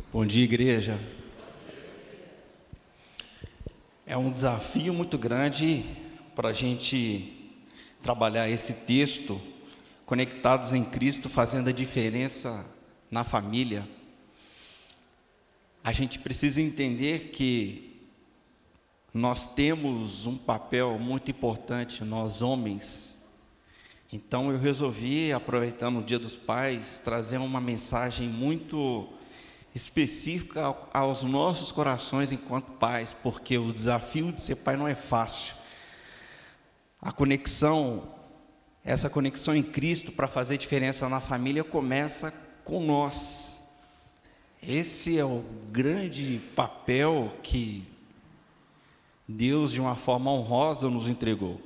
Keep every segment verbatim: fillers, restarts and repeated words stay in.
Bom dia, igreja. É um desafio muito grande para a gente trabalhar esse texto, conectados em Cristo, fazendo a diferença na família. A gente precisa entender que nós temos um papel muito importante, nós homens. Então eu resolvi, aproveitando o Dia dos Pais, trazer uma mensagem muito específica aos nossos corações enquanto pais, porque o desafio de ser pai não é fácil. A conexão, essa conexão em Cristo para fazer diferença na família começa com nós. Esse é o grande papel que Deus, de uma forma honrosa, nos entregou.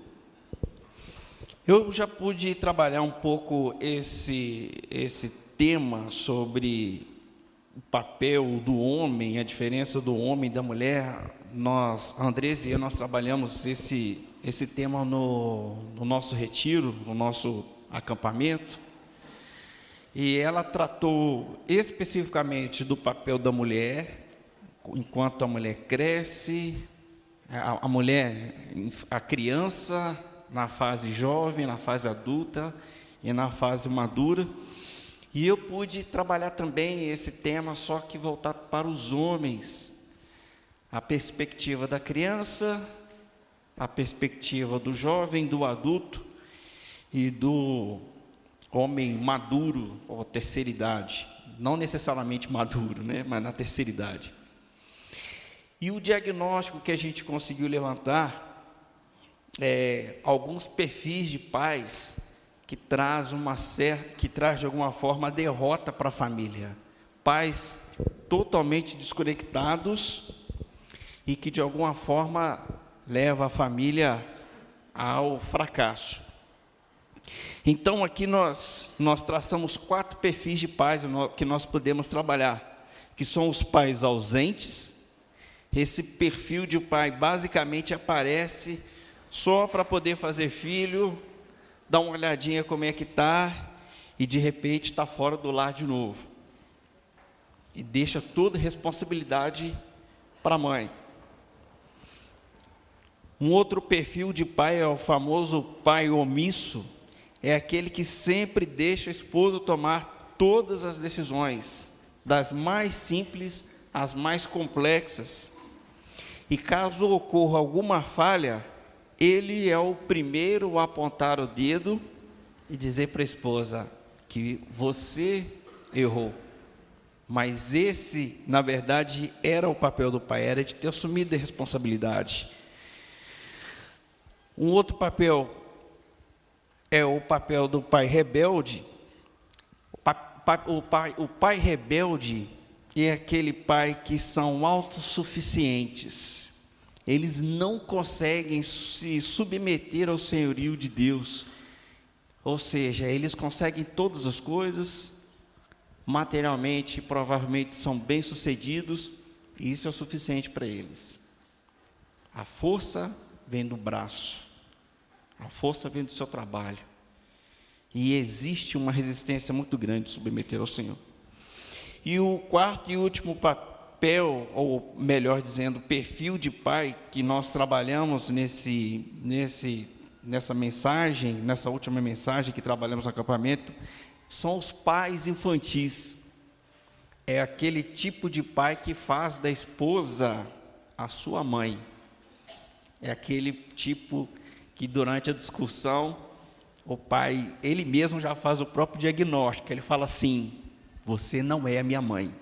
Eu já pude trabalhar um pouco esse, esse tema sobre o papel do homem, a diferença do homem e da mulher. Nós, Andrés e eu, nós trabalhamos esse, esse tema no, no nosso retiro, no nosso acampamento. E ela tratou especificamente do papel da mulher, enquanto a mulher cresce, a, a mulher, a criança, na fase jovem, na fase adulta e na fase madura. E eu pude trabalhar também esse tema, só que voltado para os homens. A perspectiva da criança, a perspectiva do jovem, do adulto e do homem maduro, ou terceira idade. Não necessariamente maduro, né? Mas na terceira idade. E o diagnóstico que a gente conseguiu levantar é alguns perfis de pais que traz uma cer- que traz de alguma forma a derrota para a família. Pais totalmente desconectados e que de alguma forma leva a família ao fracasso. Então aqui nós, nós traçamos quatro perfis de pais que nós podemos trabalhar, que são os pais ausentes. Esse perfil de pai basicamente aparece só para poder fazer filho, dar uma olhadinha como é que está, e de repente está fora do lar de novo. E deixa toda a responsabilidade para a mãe. Um outro perfil de pai é o famoso pai omisso, é aquele que sempre deixa a esposa tomar todas as decisões, das mais simples às mais complexas. E caso ocorra alguma falha, ele é o primeiro a apontar o dedo e dizer para a esposa que você errou. Mas esse, na verdade, era o papel do pai, era de ter assumido a responsabilidade. Um outro papel é o papel do pai rebelde. O pai, o pai, o pai rebelde é aquele pai que são autossuficientes. Eles não conseguem se submeter ao senhorio de Deus. Ou seja, eles conseguem todas as coisas, materialmente, provavelmente são bem-sucedidos, e isso é o suficiente para eles. A força vem do braço, a força vem do seu trabalho. E existe uma resistência muito grande de submeter ao Senhor. E o quarto e último papel, papel, ou melhor dizendo, perfil de pai que nós trabalhamos nesse, nesse, nessa mensagem, nessa última mensagem que trabalhamos no acampamento, são os pais infantis. É aquele tipo de pai que faz da esposa a sua mãe. É aquele tipo que durante a discussão, o pai, ele mesmo já faz o próprio diagnóstico, ele fala assim: você não é a minha mãe.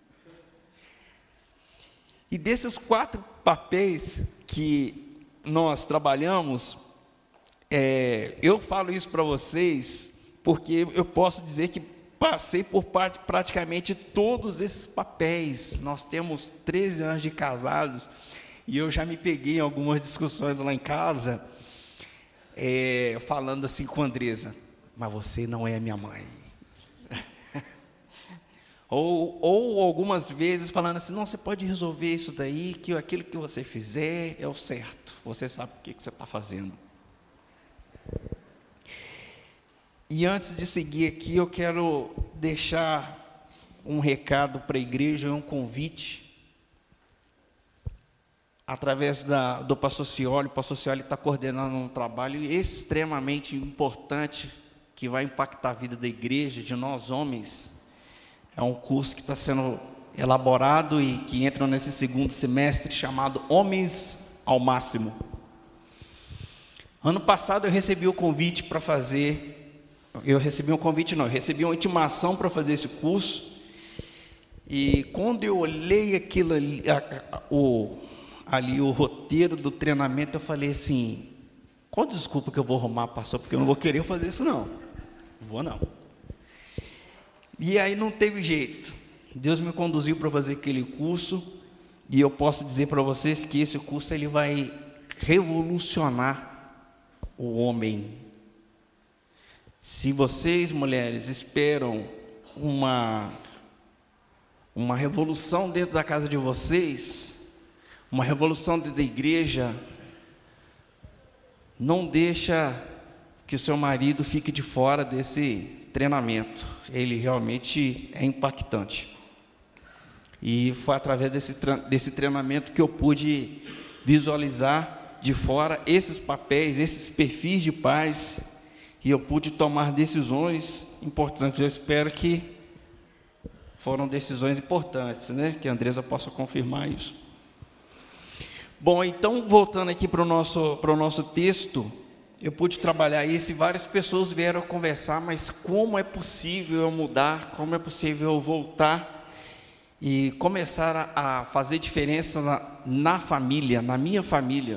E desses quatro papéis que nós trabalhamos, é, eu falo isso para vocês, porque eu posso dizer que passei por praticamente todos esses papéis. Nós temos treze anos de casados, e eu já me peguei em algumas discussões lá em casa, é, falando assim com a Andresa: mas você não é a minha mãe. Ou, ou algumas vezes falando assim: não, você pode resolver isso daí, que aquilo que você fizer é o certo, você sabe o que, que você está fazendo. E antes de seguir aqui, eu quero deixar um recado para a igreja, um convite, através da, do pastor Cioli. O pastor Cioli está coordenando um trabalho extremamente importante, que vai impactar a vida da igreja, de nós homens. É um curso que está sendo elaborado e que entra nesse segundo semestre, chamado Homens ao Máximo. Ano passado eu recebi o convite para fazer, eu recebi um convite não, eu recebi uma intimação para fazer esse curso, e quando eu olhei aquilo ali, a, a, o, ali o roteiro do treinamento, eu falei assim, qual desculpa que eu vou arrumar, pastor, porque eu não vou querer fazer isso não, não vou não. E aí não teve jeito, Deus me conduziu para fazer aquele curso, e eu posso dizer para vocês que esse curso ele vai revolucionar o homem. Se vocês, mulheres, esperam uma, uma revolução dentro da casa de vocês, uma revolução dentro da igreja, não deixa que o seu marido fique de fora desse treinamento. Ele realmente é impactante. E foi através desse, desse treinamento que eu pude visualizar de fora esses papéis, esses perfis de pais, e eu pude tomar decisões importantes. Eu espero que foram decisões importantes, né? Que a Andresa possa confirmar isso. Bom, então, voltando aqui para o nosso, para o nosso texto, eu pude trabalhar isso e várias pessoas vieram conversar, mas como é possível eu mudar, como é possível eu voltar e começar a, a fazer diferença na, na família, na minha família.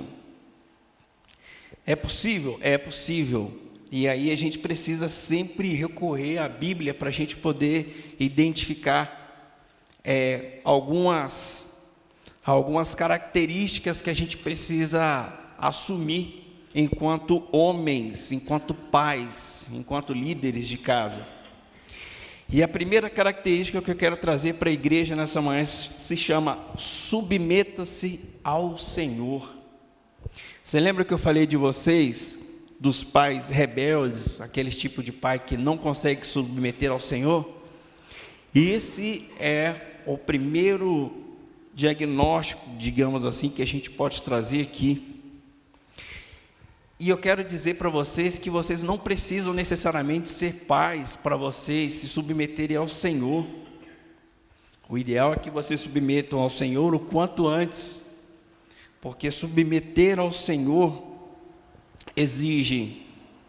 É possível? É possível. E aí a gente precisa sempre recorrer à Bíblia para a gente poder identificar é, algumas, algumas características que a gente precisa assumir enquanto homens, enquanto pais, enquanto líderes de casa. E a primeira característica que eu quero trazer para a igreja nessa manhã se chama submeta-se ao Senhor. Você lembra que eu falei de vocês, dos pais rebeldes, aqueles tipo de pai que não consegue se submeter ao Senhor? Esse é o primeiro diagnóstico, digamos assim, que a gente pode trazer aqui. E eu quero dizer para vocês que vocês não precisam necessariamente ser pais para vocês se submeterem ao Senhor. O ideal é que vocês submetam ao Senhor o quanto antes, porque submeter ao Senhor exige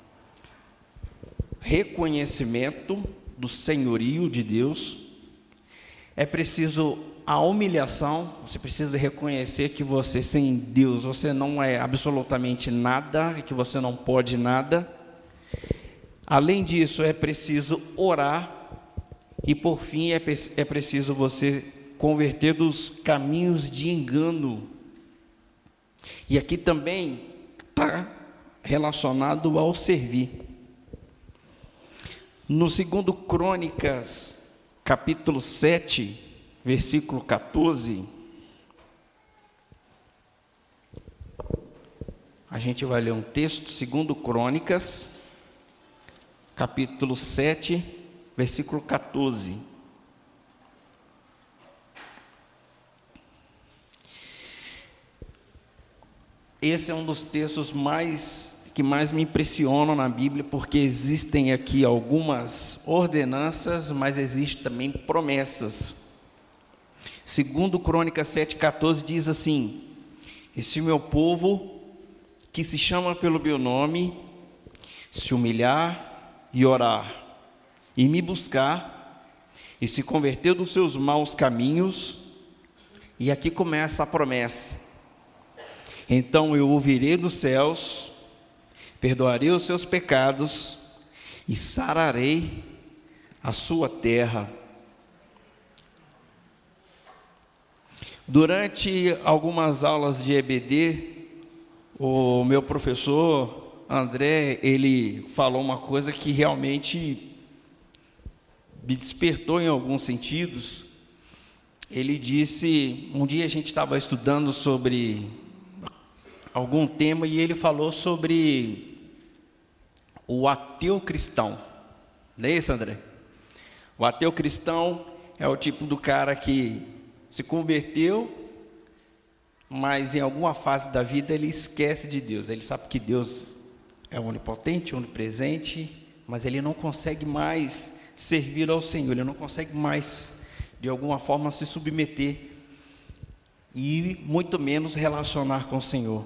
reconhecimento do senhorio de Deus, é preciso a humilhação, você precisa reconhecer que você sem Deus, você não é absolutamente nada, que você não pode nada. Além disso, é preciso orar, e por fim é, é preciso você converter dos caminhos de engano. E aqui também está relacionado ao servir. No segundo Crônicas, capítulo sete, versículo quatorze, a gente vai ler um texto, segundo Crônicas, capítulo sete, versículo quatorze. Esse é um dos textos mais, que mais me impressionam na Bíblia, porque existem aqui algumas ordenanças, mas existem também promessas. Segundo Crônicas sete, quatorze diz assim: esse meu povo, que se chama pelo meu nome, se humilhar e orar, e me buscar, e se converter dos seus maus caminhos, e aqui começa a promessa, então eu ouvirei dos céus, perdoarei os seus pecados, e sararei a sua terra. Durante algumas aulas de E B D, o meu professor André, ele falou uma coisa que realmente me despertou em alguns sentidos. Ele disse, um dia a gente estava estudando sobre algum tema e ele falou sobre o ateu cristão. Não é isso, André? O ateu cristão, é o tipo do cara que se converteu, mas em alguma fase da vida ele esquece de Deus. Ele sabe que Deus é onipotente, onipresente, mas ele não consegue mais servir ao Senhor, ele não consegue mais, de alguma forma, se submeter e muito menos relacionar com o Senhor.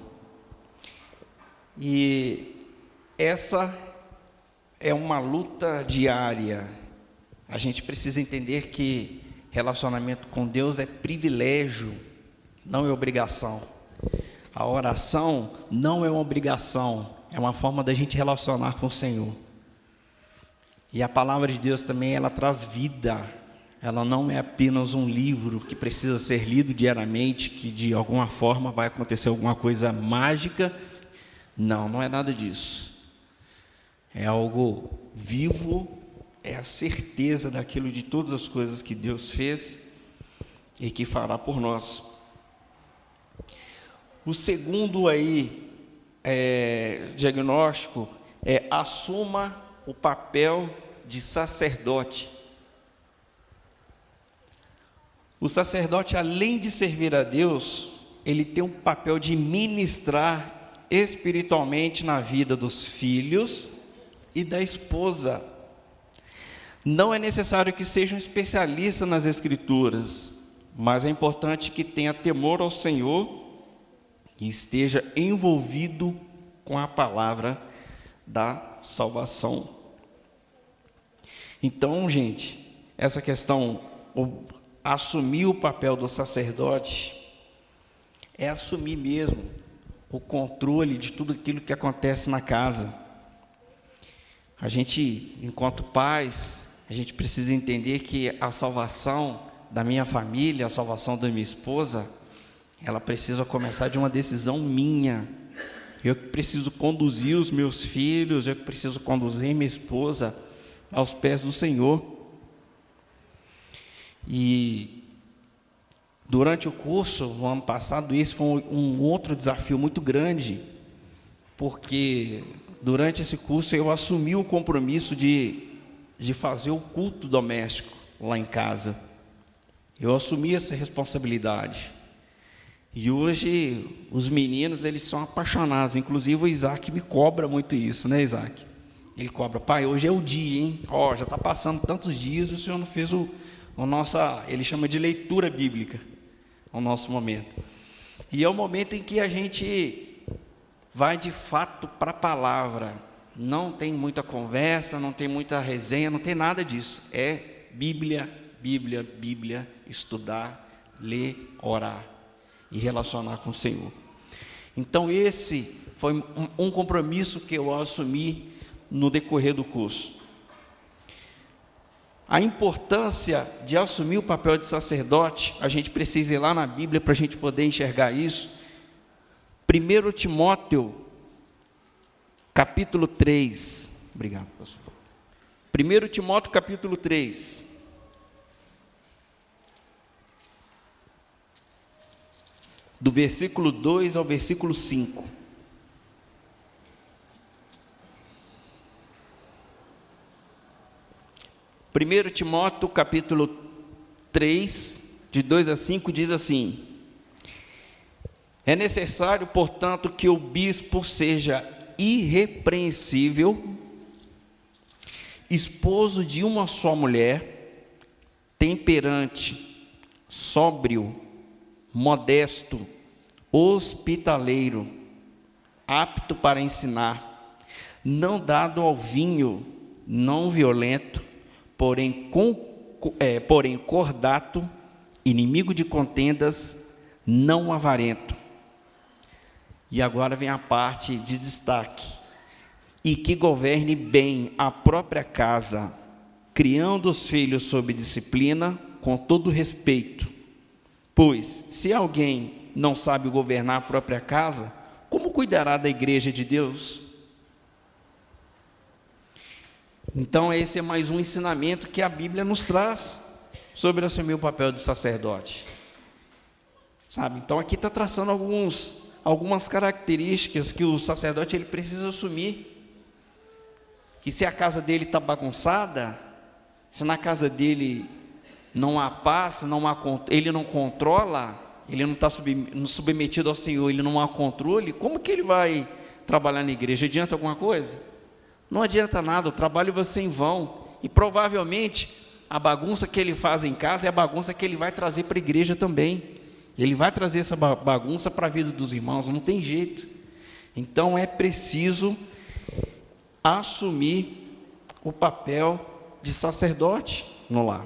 E essa é uma luta diária. A gente precisa entender que relacionamento com Deus é privilégio, não é obrigação. A oração não é uma obrigação, é uma forma da gente relacionar com o Senhor. E a palavra de Deus também, ela traz vida. Ela não é apenas um livro que precisa ser lido diariamente, que de alguma forma vai acontecer alguma coisa mágica. Não, não é nada disso. É algo vivo, é a certeza daquilo, de todas as coisas que Deus fez e que fará por nós. O segundo aí, é, diagnóstico é: assuma o papel de sacerdote. O sacerdote, além de servir a Deus, ele tem um papel de ministrar espiritualmente na vida dos filhos e da esposa. Não é necessário que seja um especialista nas Escrituras, mas é importante que tenha temor ao Senhor e esteja envolvido com a palavra da salvação. Então, gente, essa questão, o, assumir o papel do sacerdote, é assumir mesmo o controle de tudo aquilo que acontece na casa. A gente, enquanto pais, a gente precisa entender que a salvação da minha família, a salvação da minha esposa, ela precisa começar de uma decisão minha. Eu que preciso conduzir os meus filhos, eu que preciso conduzir minha esposa aos pés do Senhor. E durante o curso, no ano passado, esse foi um outro desafio muito grande, porque durante esse curso eu assumi o compromisso de, de fazer o culto doméstico lá em casa. Eu assumi essa responsabilidade. E hoje os meninos, eles são apaixonados. Inclusive o Isaac me cobra muito isso, né, Isaac? Ele cobra: pai, hoje é o dia, hein? Ó, já está passando tantos dias e o senhor não fez o, o nossa, ele chama de leitura bíblica, o nosso momento. E é o momento em que a gente vai de fato para a palavra. Não tem muita conversa, não tem muita resenha, não tem nada disso. É Bíblia, Bíblia, Bíblia, estudar, ler, orar e relacionar com o Senhor. Então esse foi um, um compromisso que eu assumi no decorrer do curso. A importância de assumir o papel de sacerdote, a gente precisa ir lá na Bíblia para a gente poder enxergar isso. primeiro Timóteo, capítulo três. Obrigado, pastor. primeiro Timóteo, capítulo três. Do versículo dois ao versículo cinco. primeiro Timóteo, capítulo três, de dois a cinco, diz assim: é necessário, portanto, que o bispo seja irrepreensível, esposo de uma só mulher, temperante, sóbrio, modesto, hospitaleiro, apto para ensinar, não dado ao vinho, não violento, porém, com, é, porém cordato, inimigo de contendas, não avarento. E agora vem a parte de destaque: e que governe bem a própria casa, criando os filhos sob disciplina, com todo respeito. Pois, se alguém não sabe governar a própria casa, como cuidará da igreja de Deus? Então, esse é mais um ensinamento que a Bíblia nos traz sobre assumir o papel de sacerdote. Sabe? Então, aqui está traçando alguns, algumas características que o sacerdote ele precisa assumir. Que se a casa dele está bagunçada, se na casa dele não há paz, não há, ele não controla, ele não está submetido ao Senhor, ele não há controle, como que ele vai trabalhar na igreja? Adianta alguma coisa? Não adianta nada, o trabalho vai ser em vão, e provavelmente a bagunça que ele faz em casa é a bagunça que ele vai trazer para a igreja também, ele vai trazer essa bagunça para a vida dos irmãos, não tem jeito. Então é preciso assumir o papel de sacerdote no lar.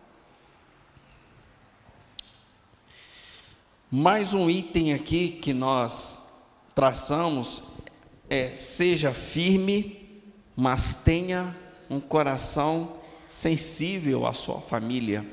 Mais um item aqui que nós traçamos é: seja firme, mas tenha um coração sensível à sua família.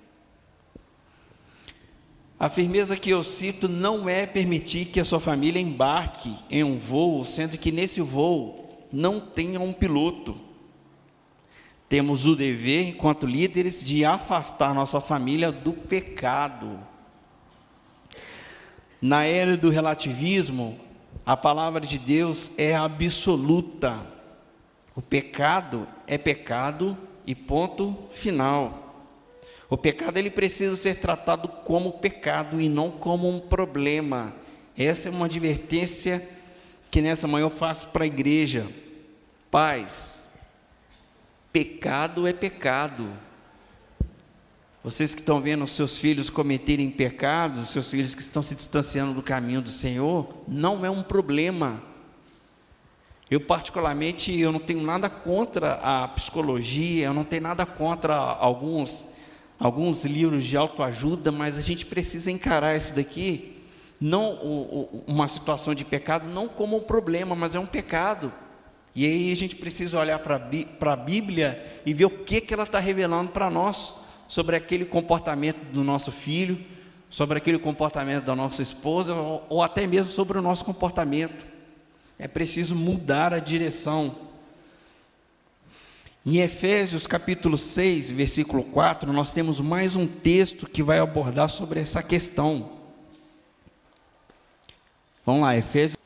A firmeza que eu cito não é permitir que a sua família embarque em um voo, sendo que nesse voo não tenha um piloto. Temos o dever, enquanto líderes, de afastar nossa família do pecado. Na era do relativismo, a palavra de Deus é absoluta. O pecado é pecado e ponto final. O pecado ele precisa ser tratado como pecado e não como um problema. Essa é uma advertência que nessa manhã eu faço para a igreja. Pais, pecado é pecado. Vocês que estão vendo os seus filhos cometerem pecados, os seus filhos que estão se distanciando do caminho do Senhor, não é um problema. Eu particularmente, eu não tenho nada contra a psicologia, eu não tenho nada contra alguns, alguns livros de autoajuda, mas a gente precisa encarar isso daqui, não uma situação de pecado, não como um problema, mas é um pecado. E aí a gente precisa olhar para a Bíblia e ver o que, que ela está revelando para nós, sobre aquele comportamento do nosso filho, sobre aquele comportamento da nossa esposa, ou, ou até mesmo sobre o nosso comportamento. É preciso mudar a direção. Em Efésios capítulo seis, versículo quatro, nós temos mais um texto que vai abordar sobre essa questão. Vamos lá, Efésios.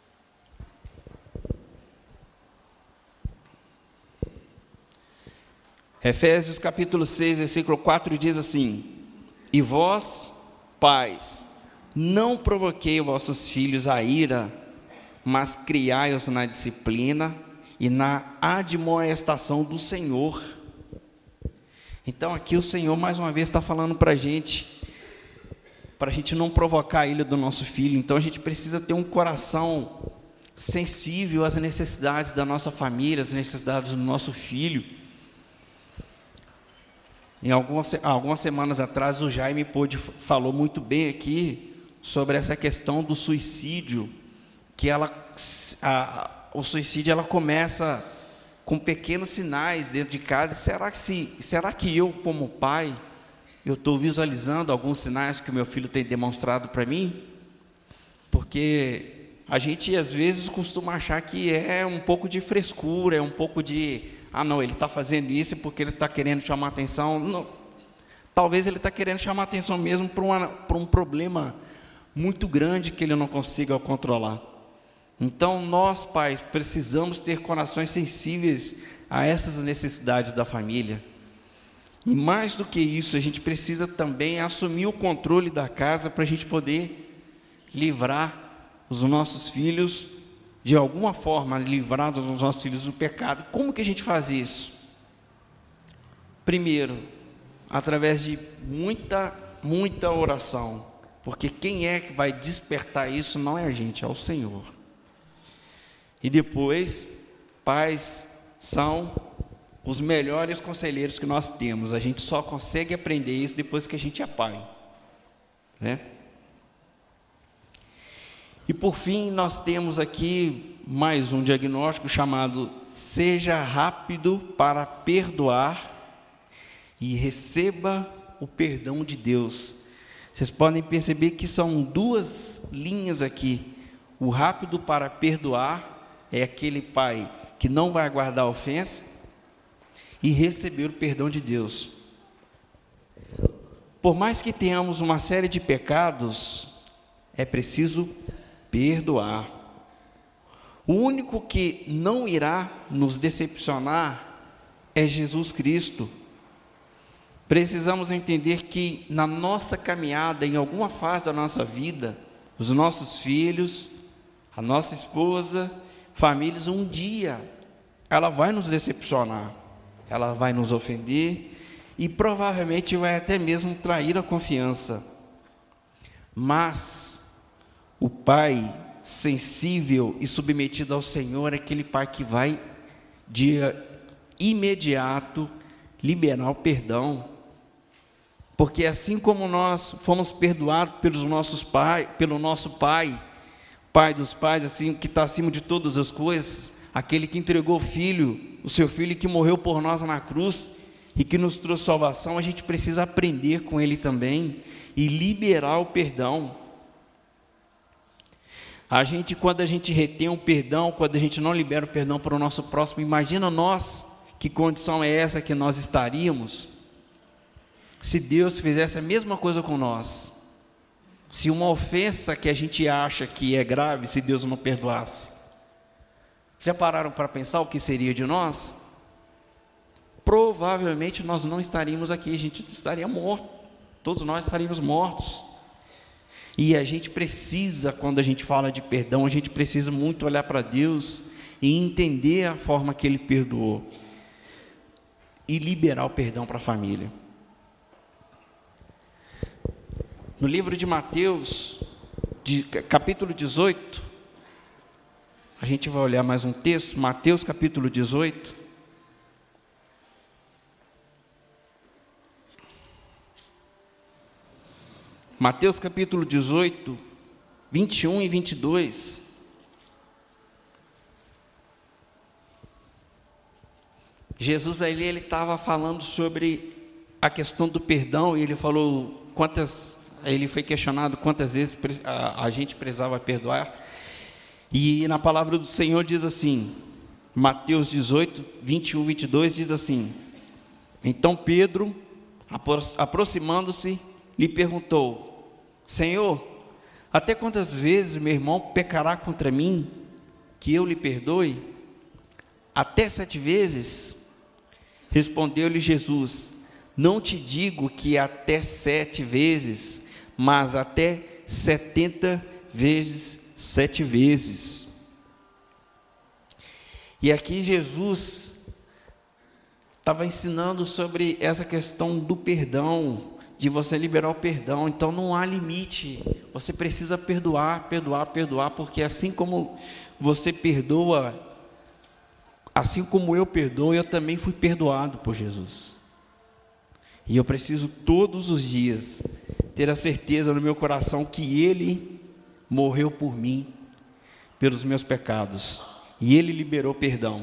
Efésios capítulo seis, versículo quatro diz assim: e vós, pais, não provoquei vossos filhos a ira, mas criai-os na disciplina e na admoestação do Senhor. Então aqui o Senhor mais uma vez está falando para a gente, para a gente não provocar a ira do nosso filho. Então a gente precisa ter um coração sensível às necessidades da nossa família, às necessidades do nosso filho. Em algumas, algumas semanas atrás, o Jaime pôde, falou muito bem aqui sobre essa questão do suicídio, que ela, a, o suicídio ela começa com pequenos sinais dentro de casa. Será que, se, será que eu, como pai, eu estou visualizando alguns sinais que o meu filho tem demonstrado para mim? Porque a gente, às vezes, costuma achar que é um pouco de frescura, é um pouco de... ah, não, ele está fazendo isso porque ele está querendo chamar atenção. Não, talvez ele está querendo chamar atenção mesmo para, uma, para um problema muito grande que ele não consiga controlar. Então, nós, pais, precisamos ter corações sensíveis a essas necessidades da família. E mais do que isso, a gente precisa também assumir o controle da casa para a gente poder livrar os nossos filhos, de alguma forma, livrar os nossos filhos do pecado. Como que a gente faz isso? Primeiro, através de muita, muita oração, porque quem é que vai despertar isso não é a gente, é o Senhor. E depois, pais são os melhores conselheiros que nós temos. A gente só consegue aprender isso depois que a gente é pai, né? E por fim, nós temos aqui mais um diagnóstico chamado: seja rápido para perdoar e receba o perdão de Deus. Vocês podem perceber que são duas linhas aqui. O rápido para perdoar é aquele pai que não vai guardar ofensa, e receber o perdão de Deus. Por mais que tenhamos uma série de pecados, é preciso perdoar. O único que não irá nos decepcionar é Jesus Cristo. precisamos entender que na nossa caminhada, em alguma fase da nossa vida, os nossos filhos, a nossa esposa, famílias, um dia ela vai nos decepcionar, ela vai nos ofender e provavelmente vai até mesmo trair a confiança. Mas o pai sensível e submetido ao Senhor é aquele pai que vai de imediato liberar o perdão, porque assim como nós fomos perdoados pelos nossos pai, pelo nosso pai, pai dos pais, assim, que está acima de todas as coisas, aquele que entregou o filho, o seu filho que morreu por nós na cruz e que nos trouxe salvação, a gente precisa aprender com ele também e liberar o perdão. A gente, quando a gente retém o perdão, quando a gente não libera o perdão para o nosso próximo, imagina nós, que condição é essa que nós estaríamos se Deus fizesse a mesma coisa com nós? Se uma ofensa que a gente acha que é grave, se Deus não perdoasse, já pararam para pensar o que seria de nós? Provavelmente nós não estaríamos aqui, a gente estaria morto, todos nós estaríamos mortos. E a gente precisa, quando a gente fala de perdão, a gente precisa muito olhar para Deus e entender a forma que Ele perdoou e liberar o perdão para a família. No livro de Mateus, de, capítulo dezoito, a gente vai olhar mais um texto, Mateus capítulo dezoito. Mateus capítulo dezoito, vinte e um e vinte e dois. Jesus ali, ele estava falando sobre a questão do perdão, e ele falou quantas, ele foi questionado quantas vezes a, a gente precisava perdoar, e na palavra do Senhor diz assim, Mateus dezoito, vinte e um, vinte e dois, diz assim: então Pedro, aproximando-se, lhe perguntou: Senhor, até quantas vezes meu irmão pecará contra mim, que eu lhe perdoe? Até sete vezes? Respondeu-lhe Jesus: não te digo que até sete vezes, mas até setenta vezes sete vezes. E aqui Jesus estava ensinando sobre essa questão do perdão, de você liberar o perdão. Então não há limite, você precisa perdoar, perdoar, perdoar, porque assim como você perdoa, assim como eu perdoo, eu também fui perdoado por Jesus. E eu preciso todos os dias ter a certeza no meu coração que Ele morreu por mim, pelos meus pecados, e Ele liberou perdão.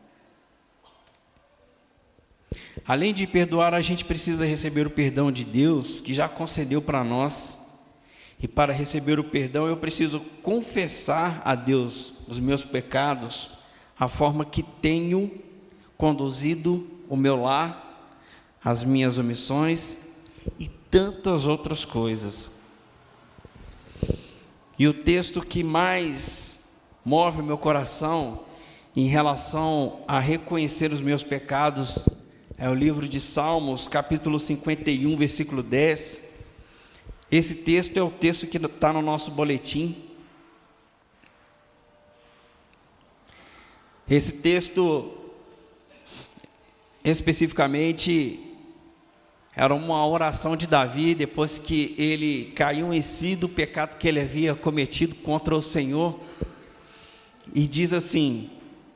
Além de perdoar, a gente precisa receber o perdão de Deus, que já concedeu para nós. E para receber o perdão, eu preciso confessar a Deus os meus pecados, a forma que tenho conduzido o meu lar, as minhas omissões e tantas outras coisas. E o texto que mais move o meu coração em relação a reconhecer os meus pecados é o livro de Salmos, capítulo cinquenta e um, versículo dez. Esse texto é o texto que está no nosso boletim. Esse texto, especificamente, era uma oração de Davi, depois que ele caiu em si do pecado que ele havia cometido contra o Senhor. E diz assim: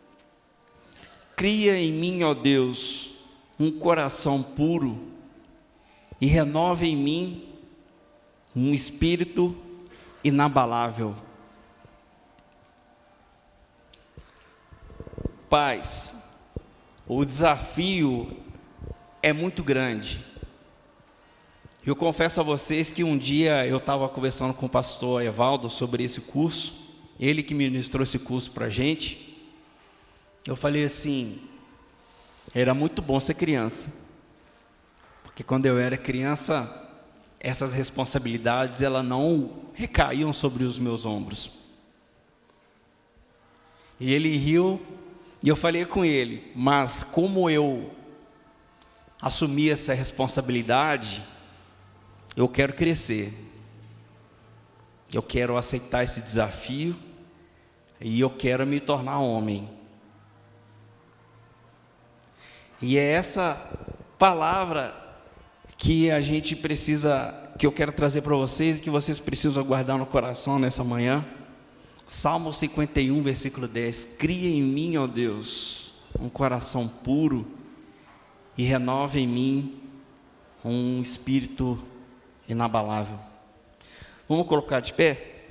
cria em mim, ó Deus, um coração puro, e renova em mim um espírito inabalável. Pais, o desafio é muito grande. Eu confesso a vocês que um dia eu estava conversando com o pastor Evaldo sobre esse curso, ele que ministrou esse curso para a gente. Eu falei assim: era muito bom ser criança, porque quando eu era criança, essas responsabilidades elas não recaíam sobre os meus ombros. E ele riu, e eu falei com ele: mas como eu assumir essa responsabilidade, eu quero crescer. Eu quero aceitar esse desafio e eu quero me tornar homem. E é essa palavra que a gente precisa, que eu quero trazer para vocês e que vocês precisam guardar no coração nessa manhã. Salmo cinquenta e um, versículo dez. Cria em mim, ó Deus, um coração puro e renova em mim um espírito inabalável. Vamos colocar de pé?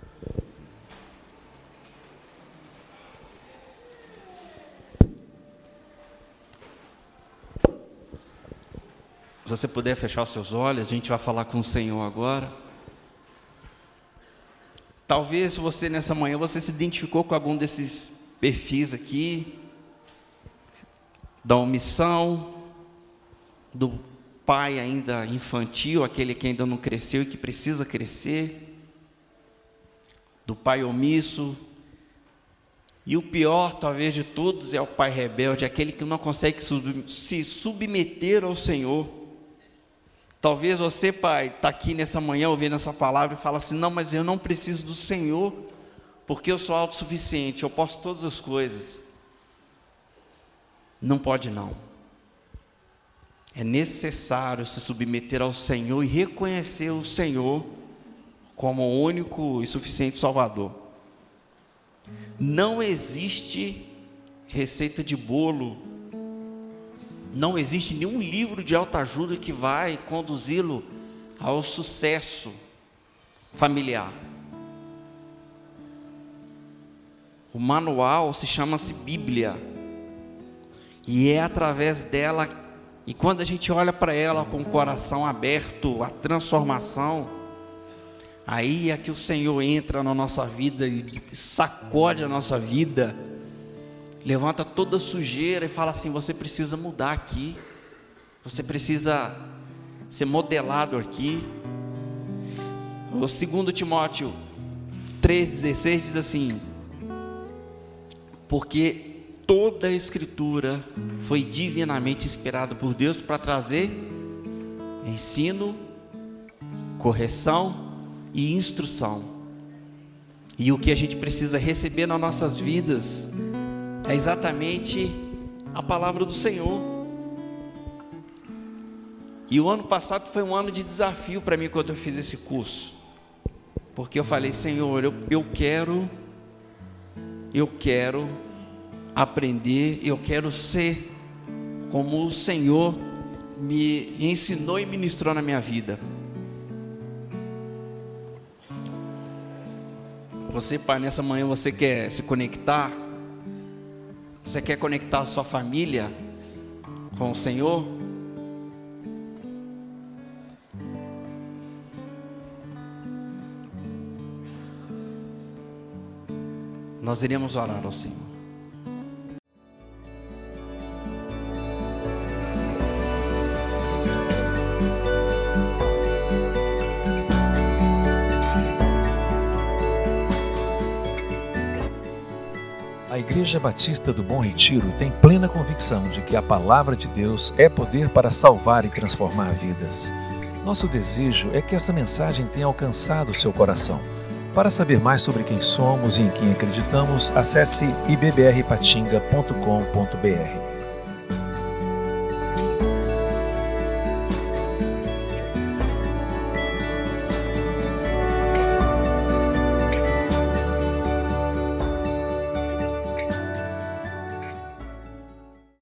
Se você puder fechar os seus olhos, a gente vai falar com o Senhor agora. Talvez você nessa manhã, você se identificou com algum desses perfis aqui, da omissão, do pai ainda infantil, aquele que ainda não cresceu e que precisa crescer, do pai omisso, e o pior talvez de todos é o pai rebelde, aquele que não consegue sub- se submeter ao Senhor. Talvez você, pai, está aqui nessa manhã ouvindo essa palavra e fala assim: não, mas eu não preciso do Senhor, porque eu sou autossuficiente, eu posso todas as coisas. Não pode não. É necessário se submeter ao Senhor e reconhecer o Senhor como o único e suficiente Salvador. Não existe receita de bolo, não existe nenhum livro de autoajuda que vai conduzi-lo ao sucesso familiar. O manual se chama-se Bíblia, e é através dela. E quando a gente olha para ela com o coração aberto, a transformação, aí é que o Senhor entra na nossa vida e sacode a nossa vida, levanta toda a sujeira e fala assim: você precisa mudar aqui, você precisa ser modelado aqui. O segundo Timóteo três, dezesseis diz assim: porque toda a Escritura foi divinamente inspirada por Deus para trazer ensino, correção e instrução. E o que a gente precisa receber nas nossas vidas é exatamente a palavra do Senhor. E o ano passado foi um ano de desafio para mim quando eu fiz esse curso, porque eu falei: Senhor, eu, eu quero, eu quero aprender, eu quero ser como o Senhor me ensinou e ministrou na minha vida. Você, pai, nessa manhã você quer se conectar? Você quer conectar a sua família com o Senhor? Nós iremos orar ao Senhor. A Igreja Batista do Bom Retiro tem plena convicção de que a Palavra de Deus é poder para salvar e transformar vidas. Nosso desejo é que essa mensagem tenha alcançado o seu coração. Para saber mais sobre quem somos e em quem acreditamos, acesse i b b r patinga ponto com ponto b r.